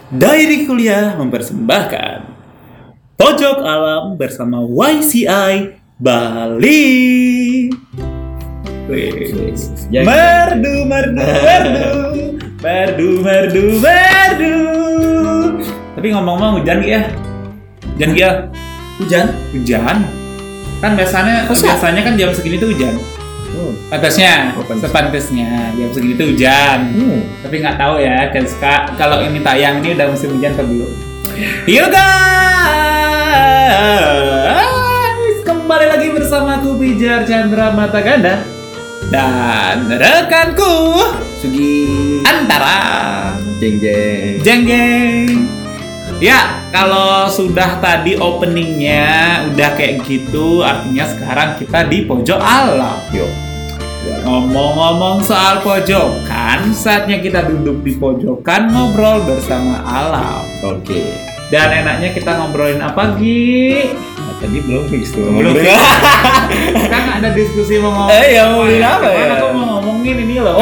Diary Kuliah mempersembahkan Pojok Alam bersama YCI Bali. Merdu, merdu, merdu, merdu, merdu, merdu. Tapi ngomong-ngomong hujan ya? Hujan ya? Hujan? Kan biasanya kan jam segini tuh hujan. Pantasnya, sepantesnya jam segini tuh hujan. Tapi nggak tahu ya, kalau ini tayang ini udah musim hujan atau belum. Yuk guys, kembali lagi bersamaku Pijar Chandra Mata Ganda dan rekanku Sugi Antara Jeng. Ya, kalau sudah tadi openingnya udah kayak gitu, artinya sekarang kita di pojok alam. Yuk. Ngomong-ngomong soal pojokan, saatnya kita duduk di pojokan ngobrol bersama alam. Oke. Dan enaknya kita ngobrolin apa, Gi? Nah, tadi belum fix tuh. Kan ada diskusi mau ngomongin. Ya ngomongin apa ya? Aku mau ngomongin ini loh.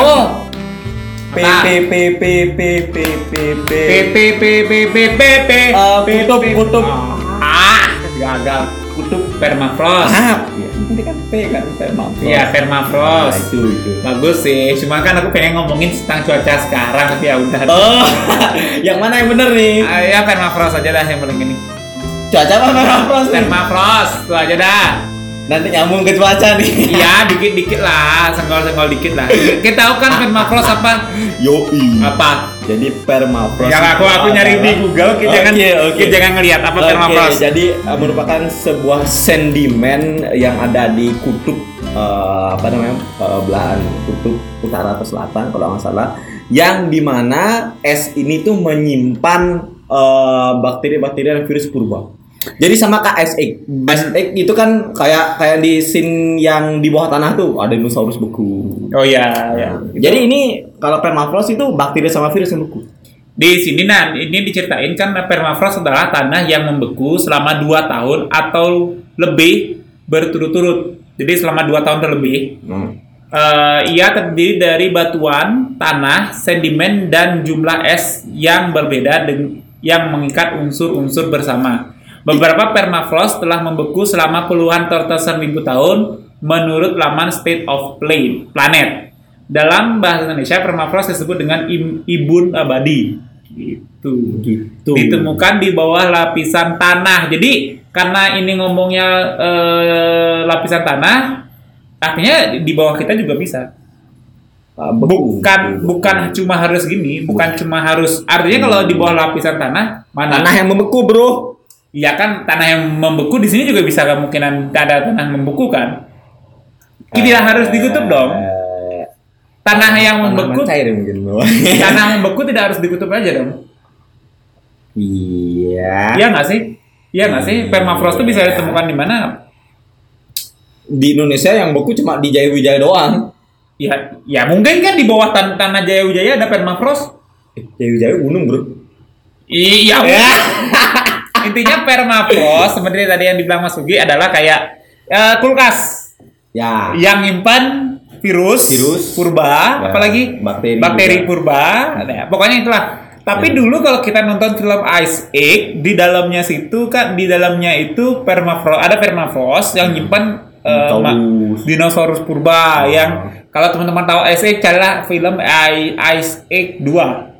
Kutub. Gagal. Kutub permafrost. Ini kan P kan permafrost. Iya, permafrost. Nah, itu. Bagus sih. Cuma kan aku pengen ngomongin tentang cuaca sekarang, tapi ya udah. Yang mana yang bener nih? Ya permafrost aja dah yang paling ini. Cuaca apa permafrost? Permafrost, itu aja dah. Nanti nyambung ke cuaca nih. Iya, dikit-dikit lah, senggol-senggol dikit lah. Kita tahu kan permafrost apa? Yoi. Apa? Jadi permafrost. Yang aku nyari di Google, kita jangan ngelihat apa permafrost. Jadi merupakan sebuah sedimen yang ada di kutub belahan kutub utara atau selatan kalau nggak salah, yang dimana es ini tuh menyimpan bakteri-bakteri dan virus purba. Jadi sama kayak Ice Age. Ice Age itu kan kayak di scene yang di bawah tanah tuh ada dinosaurus beku. Oh iya. Jadi ini kalau permafrost itu bakteri sama virus yang beku. Di sini ini diceritain kan permafrost adalah tanah yang membeku selama 2 tahun atau lebih berturut-turut. Jadi selama 2 tahun terlebih. Ia terdiri dari batuan, tanah, sedimen, dan jumlah es yang berbeda yang mengikat unsur-unsur bersama. Beberapa permafrost telah membeku selama puluhan ratusan ribu tahun menurut laman State of Planet. Dalam bahasa Indonesia, permafrost disebut dengan ibun abadi. Gitu. Ditemukan di bawah lapisan tanah. Jadi karena ini ngomongnya lapisan tanah, artinya di bawah kita juga bisa. Bukan cuma harus gini, bukan cuma harus. Artinya kalau di bawah lapisan tanah, mana? Tanah yang membeku, bro. Iya kan, tanah yang membeku di sini juga bisa kemungkinan ada tanah membeku kan. Tidak harus ditutup dong. Tanah yang membeku, tanah membeku tidak harus ditutup aja dong. Iya. Iya nggak sih? Permafrost itu bisa ditemukan di mana? Di Indonesia yang beku cuma di Jaya Wijaya doang. Ya mungkin kan di bawah tanah Jaya Wijaya ada permafrost. Jaya Wijaya gunung, bro. Iya. Intinya permafrost seperti tadi yang dibilang Mas Ugi adalah kayak kulkas. Ya. Yang nyimpan virus purba, ya, apalagi bakteri purba. Nah, pokoknya itulah. Tapi dulu kalau kita nonton film Ice Age, di dalamnya itu ada permafrost yang nyimpan dinosaurus purba yang kalau teman-teman tahu Ice Age, carilah film Ice Age 2.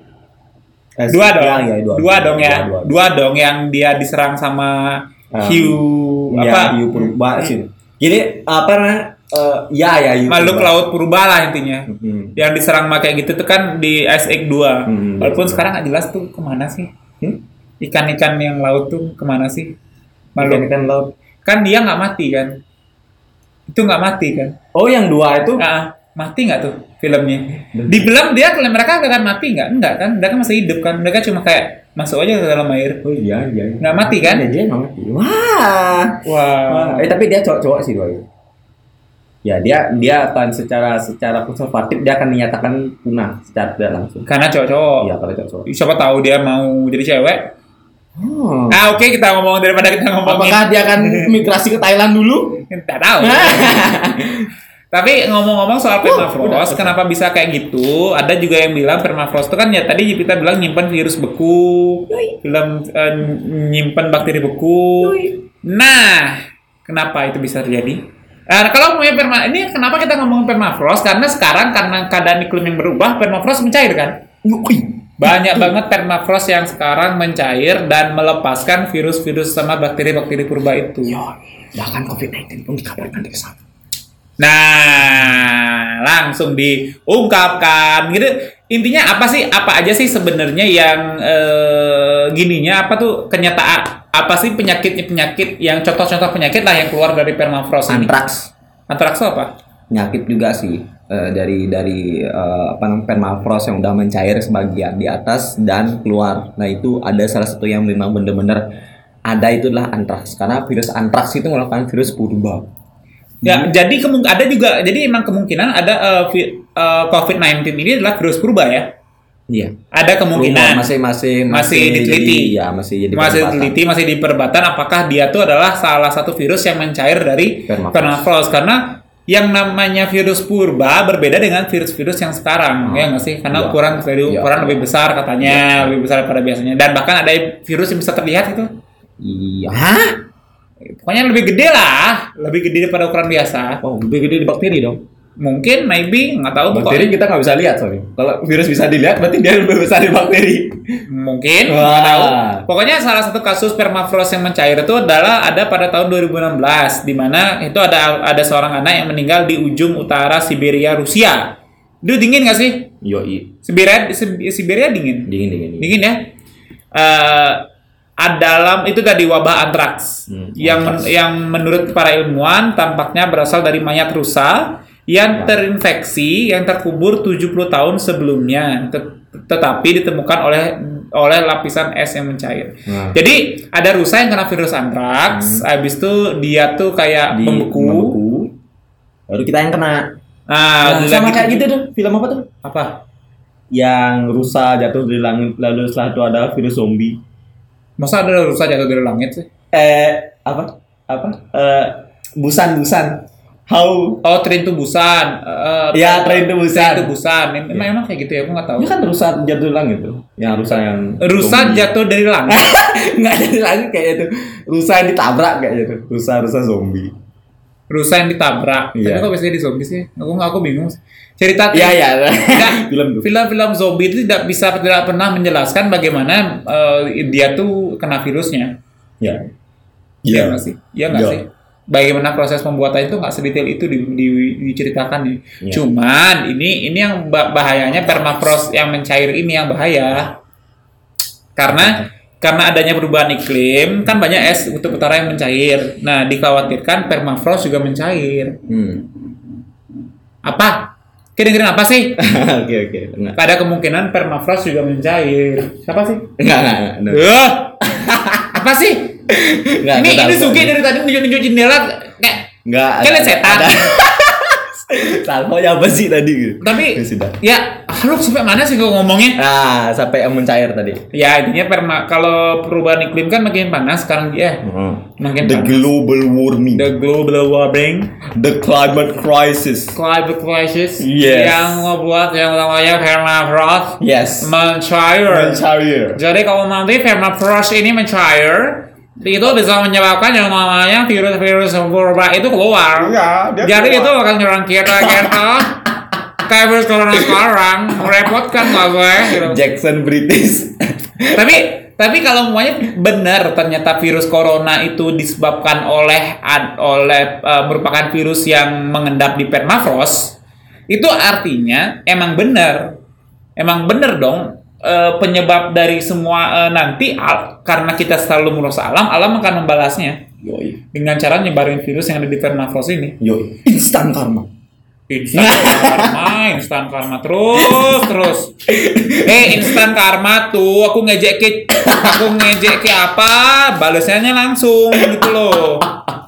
Dua dong yang dia diserang sama hiu purba sih. Jadi makhluk laut purba lah intinya. Yang diserang kayak gitu tuh kan di Ice Age 2. Walaupun sekarang nggak jelas tuh kemana sih. Ikan-ikan yang laut tuh kemana sih? Ikan laut. Kan dia nggak mati kan? Itu nggak mati kan? Oh, yang 2 itu? Mati nggak tuh filmnya? Di film mereka akan mati nggak? Enggak kan? Mereka masih hidup kan? Mereka cuma kayak masuk aja ke dalam air. Oh iya. Nggak mati kan? Dia nggak mati. Wah. Tapi dia cowok sih doy. Ya dia akan secara konservatif dia akan dinyatakan punah secara tidak langsung. Karena cowok. Iya, karena cowok. Siapa tahu dia mau jadi cewek? Oke, kita ngomong daripada kita ngomongin. Apakah dia akan migrasi ke Thailand dulu? Tidak tahu. Tapi ngomong-ngomong soal permafrost, kenapa bisa kayak gitu? Ada juga yang bilang permafrost itu kan ya tadi kita bilang nyimpan virus beku, nyimpan bakteri beku. Nah, kenapa itu bisa terjadi? Kalau ngomongin ini kenapa kita ngomongin permafrost? Karena sekarang karena keadaan iklim yang berubah, permafrost mencair kan? Banyak banget permafrost yang sekarang mencair dan melepaskan virus-virus sama bakteri-bakteri purba itu. Bahkan COVID-19 pun dikabarkan dari sana. Nah, langsung diungkapkan gitu. Intinya apa sih? Apa aja sih sebenarnya yang gininya apa tuh kenyataan? Apa sih penyakit yang contoh-contoh penyakit lah yang keluar dari permafrost ini? Antraks apa? Penyakit juga sih dari permafrost yang udah mencair sebagian di atas dan keluar. Nah, itu ada salah satu yang memang benar-benar ada, itulah antraks. Karena virus antraks itu merupakan virus purba. Ya, jadi ada juga, jadi emang kemungkinan ada COVID-19 ini adalah virus purba ya. Iya. Ada kemungkinan. Masih diteliti. Ya, masih diteliti, masih di perdebatan apakah dia tuh adalah salah satu virus yang mencair dari permafrost. Karena yang namanya virus purba berbeda dengan virus-virus yang sekarang, ya nggak sih? Karena ukuran lebih besar katanya, lebih besar daripada biasanya. Dan bahkan ada virus yang bisa terlihat itu. Iya. Pokoknya lebih gede lah, lebih gede daripada ukuran biasa. Oh, lebih gede di bakteri dong? Mungkin, maybe, nggak tahu. Bakteri kita nggak bisa lihat soalnya. Kalau virus bisa dilihat, berarti dia lebih besar di bakteri. Mungkin, nggak tahu. Pokoknya salah satu kasus permafrost yang mencair itu adalah ada pada tahun 2016, di mana itu ada seorang anak yang meninggal di ujung utara Siberia, Rusia. Itu dingin nggak sih? Yoi. Siberia dingin. Dingin ya. Dalam itu tadi wabah antraks yang menurut para ilmuwan tampaknya berasal dari mayat rusa yang terinfeksi yang terkubur 70 tahun sebelumnya tetapi ditemukan oleh lapisan es yang mencair. Jadi ada rusa yang kena virus antraks, habis itu dia tuh kayak membeku. Baru kita yang kena. Sama kayak gitu tuh. Film apa tuh? Apa? Yang rusa jatuh dari langit lalu setelah itu ada virus zombie. Masa ada rusa jatuh dari langit sih? Busan. Train to Busan. Train to Busan. Emang kayak gitu ya? Aku nggak tahu. Itu kan rusa jatuh dari langit tuh. Yang rusa jatuh dari langit. Nggak dari langit kayaknya tuh. Rusa yang ditabrak kayaknya tuh. Rusa zombie. Rusa yang ditabrak. Tapi kok biasanya di zombie sih? Aku bingung. Cerita film zombie itu tidak pernah menjelaskan bagaimana dia tuh kena virusnya. Iya nggak sih? Iya nggak sih? Bagaimana proses pembuatan itu nggak sedetail itu diceritakan nih. Cuman ini yang bahayanya permafrost yang mencair ini yang bahaya. Karena adanya perubahan iklim kan banyak es kutub utara yang mencair. Nah, dikhawatirkan permafrost juga mencair. Apa? Dengerin apa sih? Oke. Ada kemungkinan permafrost juga mencair. Siapa sih? Enggak. Apa sih? Ini Sugi dari tadi nunjuk jendela kayak setan. Salvonya apa sih tadi? Tapi ya, lu sampai mana sih gua ngomongnya? Sampai yang mencair tadi. Ya, intinya kalau perubahan iklim kan makin panas sekarang ya. Makin panas. Global warming. The global warming. The climate crisis. Yes. Yang membuat yang namanya permafrost. Yes. Mencair. Jadi kalau nanti permafrost ini mencair, itu bisa menyebabkan yang namanya virus-virus purba itu keluar. Jadi itu akan nyerang kita kayak virus corona sekarang, merepotkan lah gue. Gitu. Jackson British. Tapi kalau semuanya benar ternyata virus corona itu disebabkan oleh merupakan virus yang mengendap di permafrost, itu artinya emang benar dong. Penyebab dari semua nanti karena kita selalu merusak alam akan membalasnya. Dengan cara nyebarin virus yang ada di permafrost ini. Instan karma terus. Instan karma tuh aku ngejek ke apa balasnya langsung gitu loh.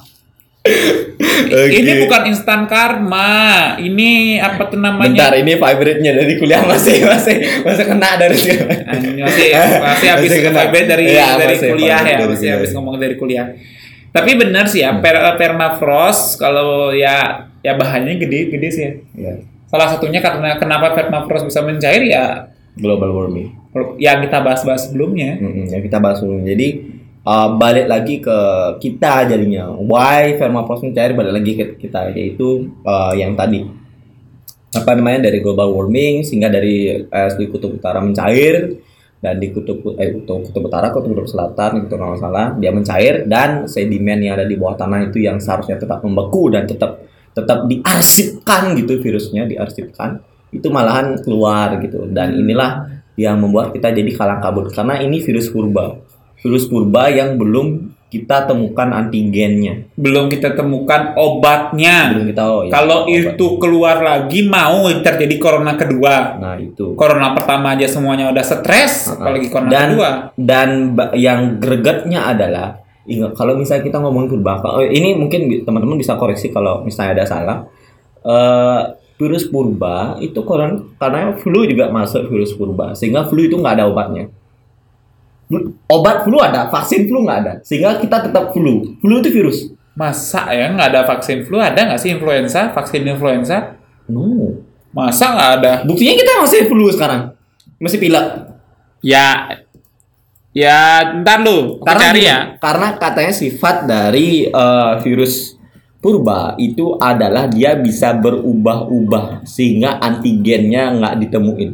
Ini bukan instan karma. Ini apa tuh namanya? Bentar, ini vibrate-nya dari kuliah masih kena dari sini. Masih habis vibrate dari kuliah ya, masih habis ngomong dari kuliah. Tapi benar sih ya, permafrost kalau ya ya bahayanya gede sih ya. Ya. Salah satunya karena kenapa permafrost bisa mencair ya Global warming. yang kita bahas sebelumnya. Yang kita bahas dulu. Jadi balik lagi ke kita jadinya. Why permafrost mencair, balik lagi ke kita, yaitu yang tadi dari global warming, sehingga dari es di kutub utara mencair, dan di kutub utara, kutub selatan itu kalau nggak salah dia mencair, dan sedimen yang ada di bawah tanah itu yang seharusnya tetap membeku dan tetap diarsipkan gitu, virusnya diarsipkan, itu malahan keluar gitu. Dan inilah yang membuat kita jadi kalang kabut, karena ini virus purba yang belum kita temukan antigennya, belum kita temukan obatnya. belum kita kalau itu keluar lagi mau terjadi corona kedua. Nah itu corona pertama aja semuanya udah stres, apalagi corona kedua. Dan yang gregetnya adalah, ingat, kalau misalnya kita ngomongin purba, ini mungkin teman-teman bisa koreksi kalau misalnya ada salah. Virus purba itu karena flu juga masuk virus purba, sehingga flu itu nggak ada obatnya. Obat flu ada, vaksin flu nggak ada, sehingga kita tetap flu itu virus. Masa ya nggak ada vaksin flu? Ada nggak sih vaksin influenza? No. Masa nggak ada? Buktinya kita masih flu sekarang, masih pilek. Ya ntar lu cari ya. Karena katanya sifat dari virus purba itu adalah dia bisa berubah-ubah, sehingga antigennya nggak ditemuin.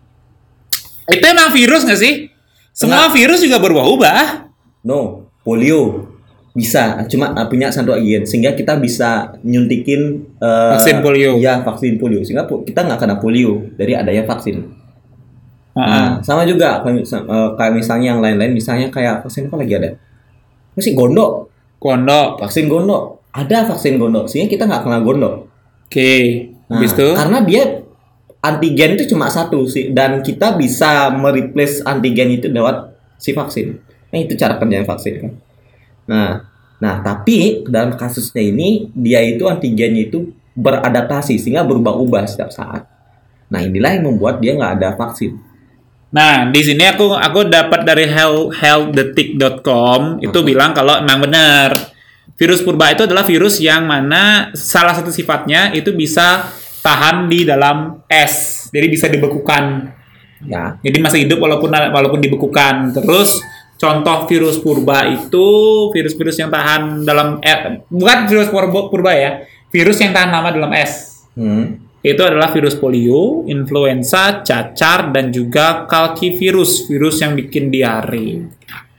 Itu emang virus nggak sih? Semua virus juga berubah-ubah. No, polio bisa, cuma punya satu agen, sehingga kita bisa nyuntikin vaksin polio. Ya, vaksin polio, sehingga kita nggak kena polio dari adanya vaksin. Nah, sama juga kayak misalnya yang lain-lain, misalnya kayak vaksin apa lagi ada? Masih gondok. Vaksin gondok. Ada vaksin gondok, sehingga kita nggak kena gondok. Oke. Nah, karena dia antigen itu cuma satu sih, dan kita bisa mereplace antigen itu lewat si vaksin. Nah, itu cara kerjanya vaksin kan. Nah, tapi dalam kasusnya ini dia itu antigennya itu beradaptasi, sehingga berubah-ubah setiap saat. Nah, inilah yang membuat dia nggak ada vaksin. Nah, di sini aku dapat dari healthdetik.com itu bilang kalau emang benar virus purba itu adalah virus yang mana salah satu sifatnya itu bisa tahan di dalam es, jadi bisa dibekukan. Ya. Jadi masih hidup walaupun dibekukan. Terus contoh virus purba itu virus-virus yang tahan dalam bukan virus purba ya, virus yang tahan lama dalam es. Itu adalah virus polio, influenza, cacar, dan juga kalkivirus, virus yang bikin diare.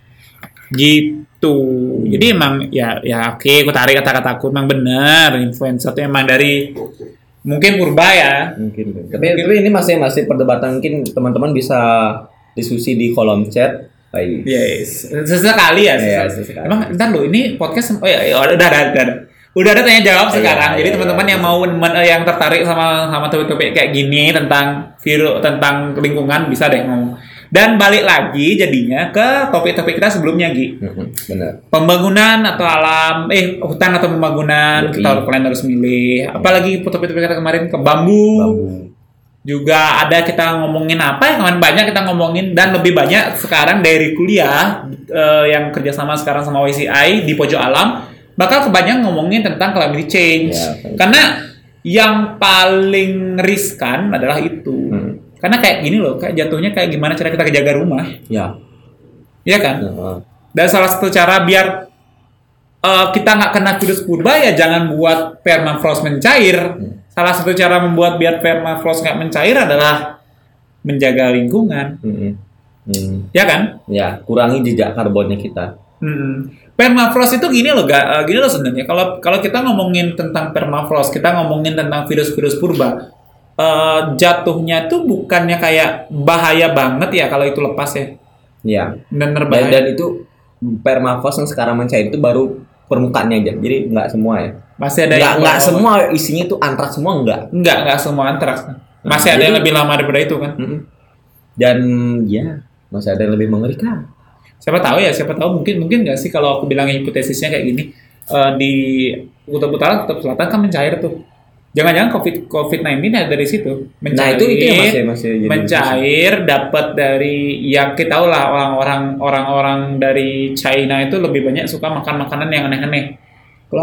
Gitu. Jadi emang ya oke, aku tarik kata-kataku, emang benar influenza itu emang dari mungkin purba ya. Mungkin. Tapi ini masih perdebatan, mungkin teman-teman bisa diskusi di kolom chat. Yes. Sesekali ya. Sesekali. Emang entar lo ini podcast udah ada tanya jawab sekarang. Jadi teman-teman yang mau yang tertarik sama topik-topik kayak gini tentang virus, tentang lingkungan, bisa deh ngomong. Dan balik lagi jadinya ke topik-topik kita sebelumnya, Gi. Benar. Pembangunan atau alam, hutan atau pembangunan, kita kalian harus milih. Apalagi topik-topik kita kemarin ke bambu. Juga ada kita ngomongin apa ya, kemarin banyak kita ngomongin, dan lebih banyak sekarang dari kuliah yang kerjasama sekarang sama YCI di Pojok Alam, bakal kebanyakan ngomongin tentang climate change. Karena yang paling riskan adalah itu. Karena kayak gini loh, kayak jatuhnya kayak gimana cara kita jaga rumah. Iya kan? Dan salah satu cara biar kita nggak kena virus purba ya jangan buat permafrost mencair. Salah satu cara membuat biar permafrost nggak mencair adalah menjaga lingkungan. Ya kan? Ya, kurangi jejak karbonnya kita. Permafrost itu gini loh sebenarnya. Kalau kita ngomongin tentang permafrost, kita ngomongin tentang virus-virus purba. Jatuhnya tuh bukannya kayak bahaya banget ya kalau itu lepas ya. Iya. Benar bahaya. Dan itu permafrost yang sekarang mencair itu baru permukaannya aja. Jadi nggak semua ya. Masih ada nggak semua isinya itu antraks semua nggak semua antraks. Masih ada yang lebih lama daripada itu kan. Dan ya masih ada yang lebih mengerikan. Siapa tahu mungkin nggak sih kalau aku bilang hipotesisnya kayak gini, di kutub utara, kutub selatan kan mencair tuh. Jangan-jangan COVID-19 ada dari situ. Nah, itu yang masih mencair, dapat dari yang kita tahu lah, orang-orang dari China itu lebih banyak suka makan makanan yang aneh-aneh.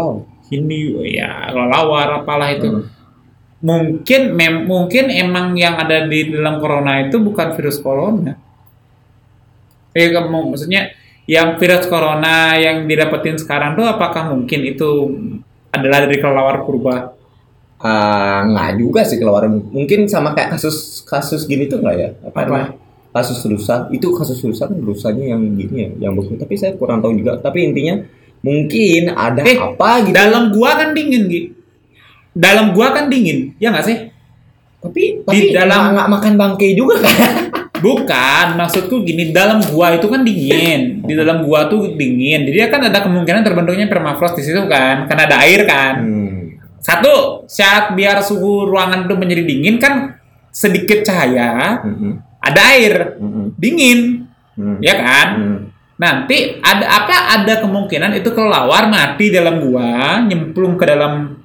ini ya kelelawar apalah itu. Mungkin emang yang ada di dalam corona itu bukan virus corona. Maksudnya yang virus corona yang didapetin sekarang tuh apakah mungkin itu adalah dari kelelawar purba? Nggak juga sih kelelawar. Mungkin sama kayak kasus gini tuh nggak ya? Apa? Kasus rusa. Itu kasus rusa kan rusanya yang gini ya, yang beku. Tapi saya kurang tahu juga. Tapi intinya mungkin ada apa gitu. Dalam gua kan dingin gitu. Dalam gua kan dingin, ya nggak sih? Tapi di dalam nggak makan bangkai juga kan? Bukan, maksudku gini, dalam gua itu kan dingin. Di dalam gua tuh dingin. Jadi kan ada kemungkinan terbentuknya permafrost di situ kan, karena ada air kan. Satu, syarat biar suhu ruangan itu menjadi dingin kan sedikit cahaya, ada air, dingin, ya kan? Nanti ada kemungkinan itu kelelawar mati dalam gua, nyemplung ke dalam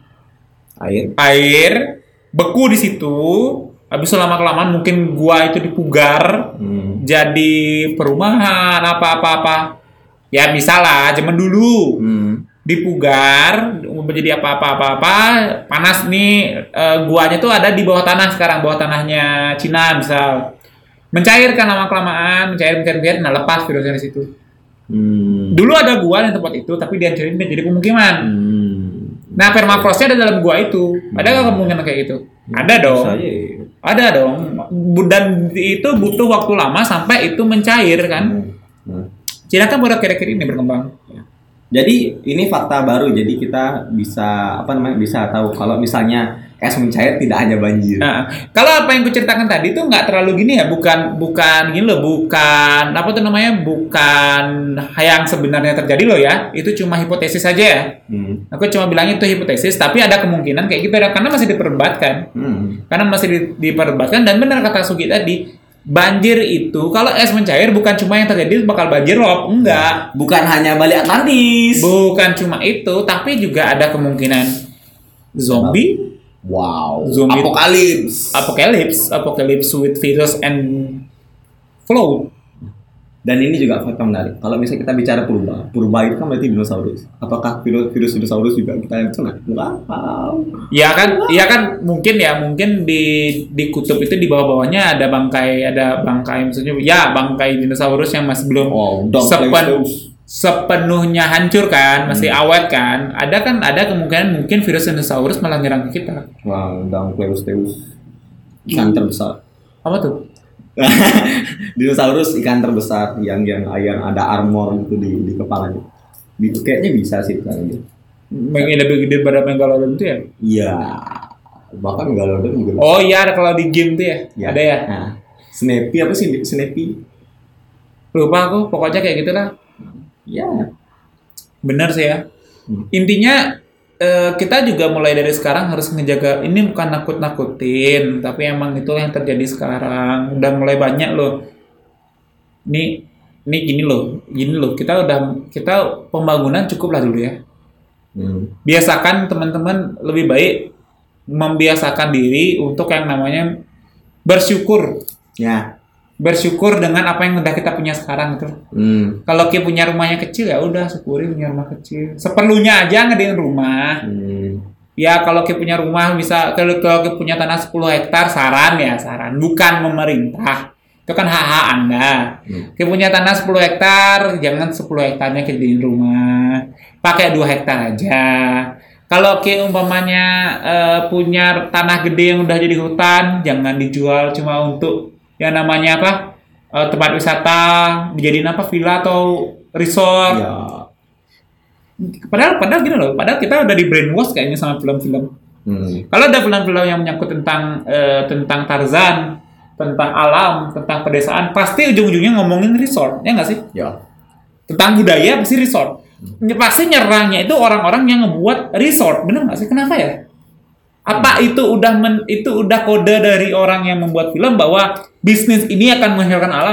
air beku di situ. Habis lama kelamaan mungkin gua itu dipugar jadi perumahan apa ya misalnya zaman dulu dipugar menjadi apa panas nih. Guanya tuh ada di bawah tanah sekarang, bawah tanahnya Cina misal, mencairkan lama kelamaan mencair nah lepas virusnya di situ. Dulu ada gua di tempat itu tapi dihancurin menjadi pemukiman. Nah, permafrostnya ada dalam gua itu. Ada nggak kemungkinan kayak gitu? Ada dong. Ada dong. Dan itu butuh waktu lama sampai itu mencair kan. Cina kan baru kira-kira ini berkembang. Jadi ini fakta baru. Jadi kita bisa bisa tahu kalau misalnya es mencair tidak hanya banjir. Nah, kalau apa yang kuceritakan tadi itu nggak terlalu gini ya, bukan gini loh, bukan yang sebenarnya terjadi loh ya, itu cuma hipotesis saja ya. Aku cuma bilang itu hipotesis, tapi ada kemungkinan kayak gitu karena masih diperdebatkan, dan benar kata Sugi tadi, banjir itu kalau es mencair bukan cuma yang terjadi bakal banjir rob, enggak. Bukan hanya Bali Atlantis. Bukan cuma itu, tapi juga ada kemungkinan zombie. Wow. Zombie. Apokalips with virus and flow. Dan ini juga fakta menarik. Kalau misalnya kita bicara purba itu kan berarti dinosaurus. Apakah virus dinosaurus juga kita kena? Wow. Ya kan mungkin di kutub itu di bawah-bawahnya ada bangkai maksudnya ya bangkai dinosaurus yang masih belum sepenuhnya hancur kan, masih awet kan. Ada kemungkinan mungkin virus dinosaurus malah nyerang kita. Wow, Dancleus ikan terbesar. Apa tuh? Dinosaurus ikan terbesar yang ada armor gitu di kepalanya. Itu kayaknya bisa sih kan dia. Lebih gede daripada Megalodon itu ya? Iya. Bahkan Megalodon juga. Oh iya, ada kalau di game tuh ya. Ada ya. Nah, Snappy apa sih Snappy? Lupa aku, pokoknya kayak gitulah. Ya, benar sih ya. Intinya kita juga mulai dari sekarang harus ngejaga. Ini bukan nakut-nakutin, tapi emang itulah yang terjadi sekarang. Udah mulai banyak loh. Ini gini loh. Kita pembangunan cukup lah dulu ya. Biasakan teman-teman lebih baik membiasakan diri untuk yang namanya bersyukur. Ya. Bersyukur dengan apa yang udah kita punya sekarang itu. Kalau kita punya rumahnya kecil ya udah syukuri punya rumah kecil. Seperlunya aja ngedein rumah. Ya kalau kita punya rumah bisa, kalau kita punya tanah 10 hektar saran bukan memerintah. Itu kan hak Anda. Kita punya tanah 10 hektar, jangan 10 hektarnya kita jadiin rumah. Pakai 2 hektar aja. Kalau kita umpamanya punya tanah gede yang udah jadi hutan, jangan dijual cuma untuk yang namanya tempat wisata, dijadiin villa atau resort. Ya. Padahal gini loh, padahal kita udah di brainwash kayaknya sama film-film. Kalau ada film-film yang menyangkut tentang Tarzan, tentang alam, tentang pedesaan, pasti ujung-ujungnya ngomongin resort, ya nggak sih? Ya. Tentang budaya pasti resort. Pasti nyerangnya itu orang-orang yang ngebuat resort, bener nggak sih? Kenapa ya? Apa itu udah kode dari orang yang membuat film bahwa bisnis ini akan menghancurkan alam?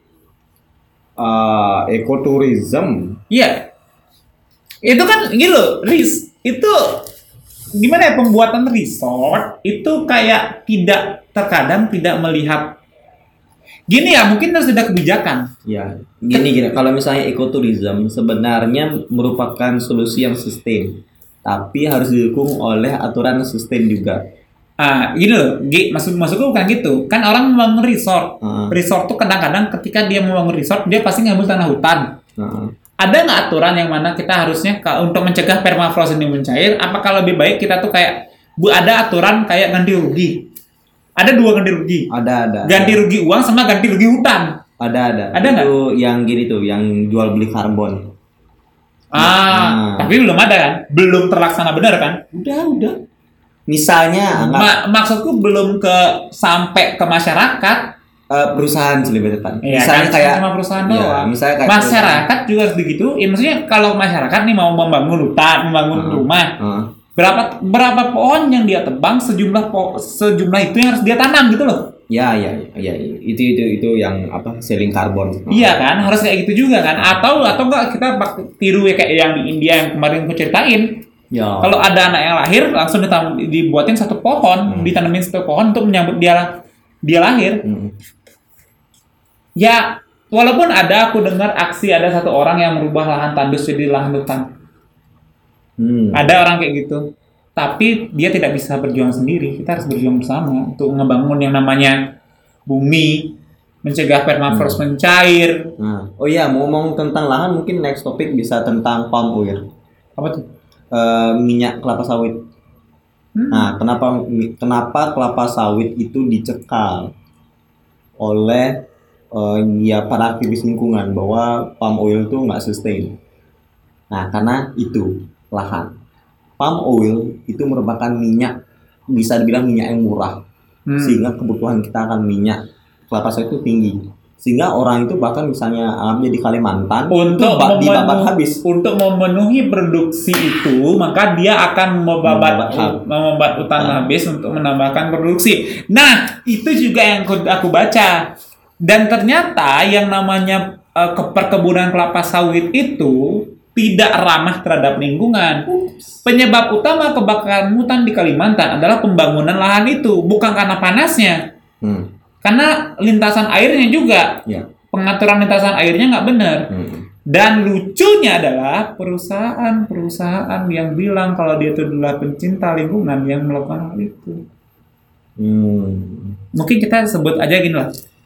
Ekoturism. Iya. Itu kan gitu, itu gimana ya, pembuatan resort itu kayak terkadang tidak melihat gini ya, mungkin harus ada kebijakan. Ya, gini. Kalau misalnya ekoturism sebenarnya merupakan solusi yang sustain. tapi harus didukung oleh aturan sustain juga. Gini loh, maksudku bukan gitu. Kan orang membangun resort. Resort tuh kadang-kadang ketika dia membangun resort, dia pasti ngambil tanah hutan. Ada nggak aturan yang mana kita harusnya untuk mencegah permafrost ini mencair? Apakah lebih baik kita tuh kayak ada aturan kayak ganti rugi? Ada 2 ganti rugi. Ada. Ganti rugi uang sama ganti rugi hutan. Ada Ada nggak? Itu yang gini tuh, yang jual beli karbon. Tapi belum ada kan? Belum terlaksana benar kan? Udah. Misalnya, maksudku belum sampai ke masyarakat. Perusahaan sih lebih tepat. Misalnya kan kayak cuma perusahaan doang. Misalnya kayak masyarakat juga harus begitu. Maksudnya kalau masyarakat nih mau membangun hutan, membangun rumah, berapa pohon yang dia tebang, sejumlah itu yang harus dia tanam gitu loh. Ya. Itu yang selling karbon. Iya kan, harus kayak gitu juga kan. Atau enggak kita tiru kayak yang di India yang kemarin aku ceritain. Ya. Kalau ada anak yang lahir langsung dibuatin 1 pohon, ditanamin 1 pohon untuk menyambut dia lahir. Ya, walaupun aku dengar aksi ada 1 orang yang merubah lahan tandus jadi lahan hutan. Ada orang kayak gitu. Tapi dia tidak bisa berjuang sendiri. Kita harus berjuang bersama untuk ngebangun yang namanya bumi, mencegah permafrost mencair. Oh iya, mau ngomong tentang lahan, mungkin next topik bisa tentang palm oil. Apa tuh? Minyak kelapa sawit. Nah, kenapa kelapa sawit itu dicekal oleh para aktivis lingkungan bahwa palm oil itu nggak sustain. Nah, karena itu lahan. Palm oil itu merupakan minyak, bisa dibilang minyak yang murah, sehingga kebutuhan kita akan minyak kelapa sawit itu tinggi. Sehingga orang itu bahkan misalnya alamnya di Kalimantan untuk dibabat habis. Untuk memenuhi produksi itu, maka dia akan membabat hutan habis untuk menambahkan produksi. Nah, itu juga yang aku baca. Dan ternyata yang namanya perkebunan kelapa sawit itu tidak ramah terhadap lingkungan. Penyebab utama kebakaran hutan di Kalimantan adalah pembangunan lahan itu, bukan karena panasnya. Karena lintasan airnya juga, pengaturan lintasan airnya nggak benar. Dan lucunya adalah perusahaan yang bilang kalau dia itu adalah pencinta lingkungan yang melakukan hal itu. Mungkin kita sebut aja gini lah,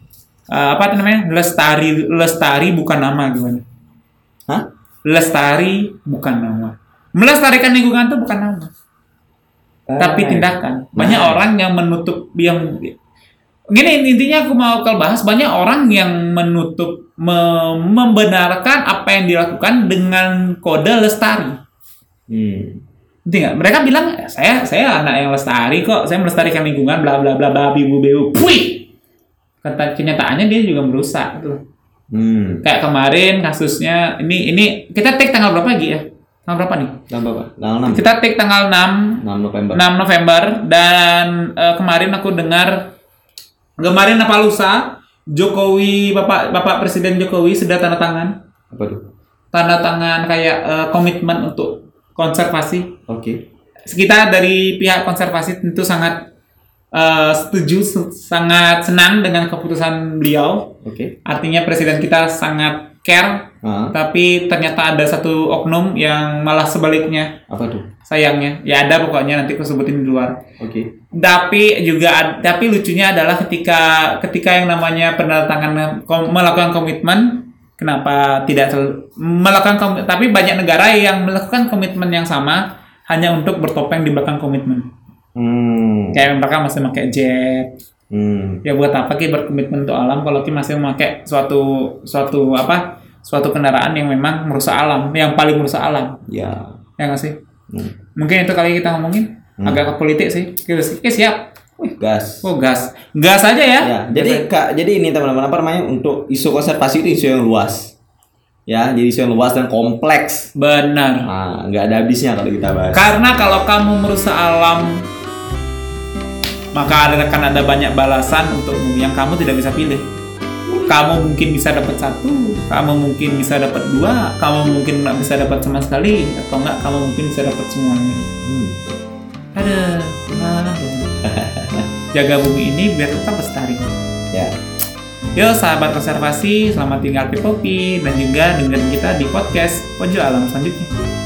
lestari bukan nama gimana? Lestari bukan nama. Melestarikan lingkungan itu bukan nama, tapi tindakan. Banyak orang yang menutup Gini, intinya aku mau bahas banyak orang yang menutup membenarkan apa yang dilakukan dengan kode lestari. Ngerti nggak? Mereka bilang saya anak yang lestari kok, saya melestarikan lingkungan, bla bla bla bla bibu beu. Puih. Kenyataannya dia juga merusak gitu. Kayak kemarin kasusnya ini kita take tanggal berapa lagi ya? Tanggal berapa nih? Tanggal 6. Kita take tanggal 6 November dan kemarin aku dengar kemarin apa lusa Jokowi Bapak Presiden Jokowi sudah tanda tangan. Apa tuh? Tanda tangan kayak komitmen untuk konservasi. Oke. Kita dari pihak konservasi tentu sangat setuju, sangat senang dengan keputusan beliau. Oke. Artinya presiden kita sangat care. Tapi ternyata ada satu oknum yang malah sebaliknya. Apa tuh? Sayangnya, ya ada pokoknya nanti aku sebutin di luar. Oke. Tapi lucunya adalah ketika yang namanya penandatangan melakukan komitmen, kenapa tidak melakukan tapi banyak negara yang melakukan komitmen yang sama hanya untuk bertopeng di belakang komitmen. Kayak mereka masih pakai jet. Ya buat apa kita berkomitmen untuk alam kalau kita masih memakai suatu kendaraan yang memang merusak alam, yang paling merusak alam. Ya nggak sih? Mungkin itu kali kita ngomongin agak ke politik sih. Oke, siap. Gas. Gas aja ya. Jadi ini teman-teman, apa namanya, untuk isu konservasi itu isu yang luas. Ya, jadi isu yang luas dan kompleks. Benar. Nggak ada habisnya kalau kita bahas. Karena kalau kamu merusak alam, maka akan ada banyak balasan untuk yang kamu tidak bisa pilih. Kamu mungkin bisa dapat 1, kamu mungkin bisa dapat 2, kamu mungkin nggak bisa dapat sama sekali, atau enggak kamu mungkin bisa dapat semuanya. Jaga bumi ini biar tetap lestari. Ya. Yo sahabat konservasi, selamat tinggal Pipopi dan juga dengerin kita di podcast Pojok Alam selanjutnya.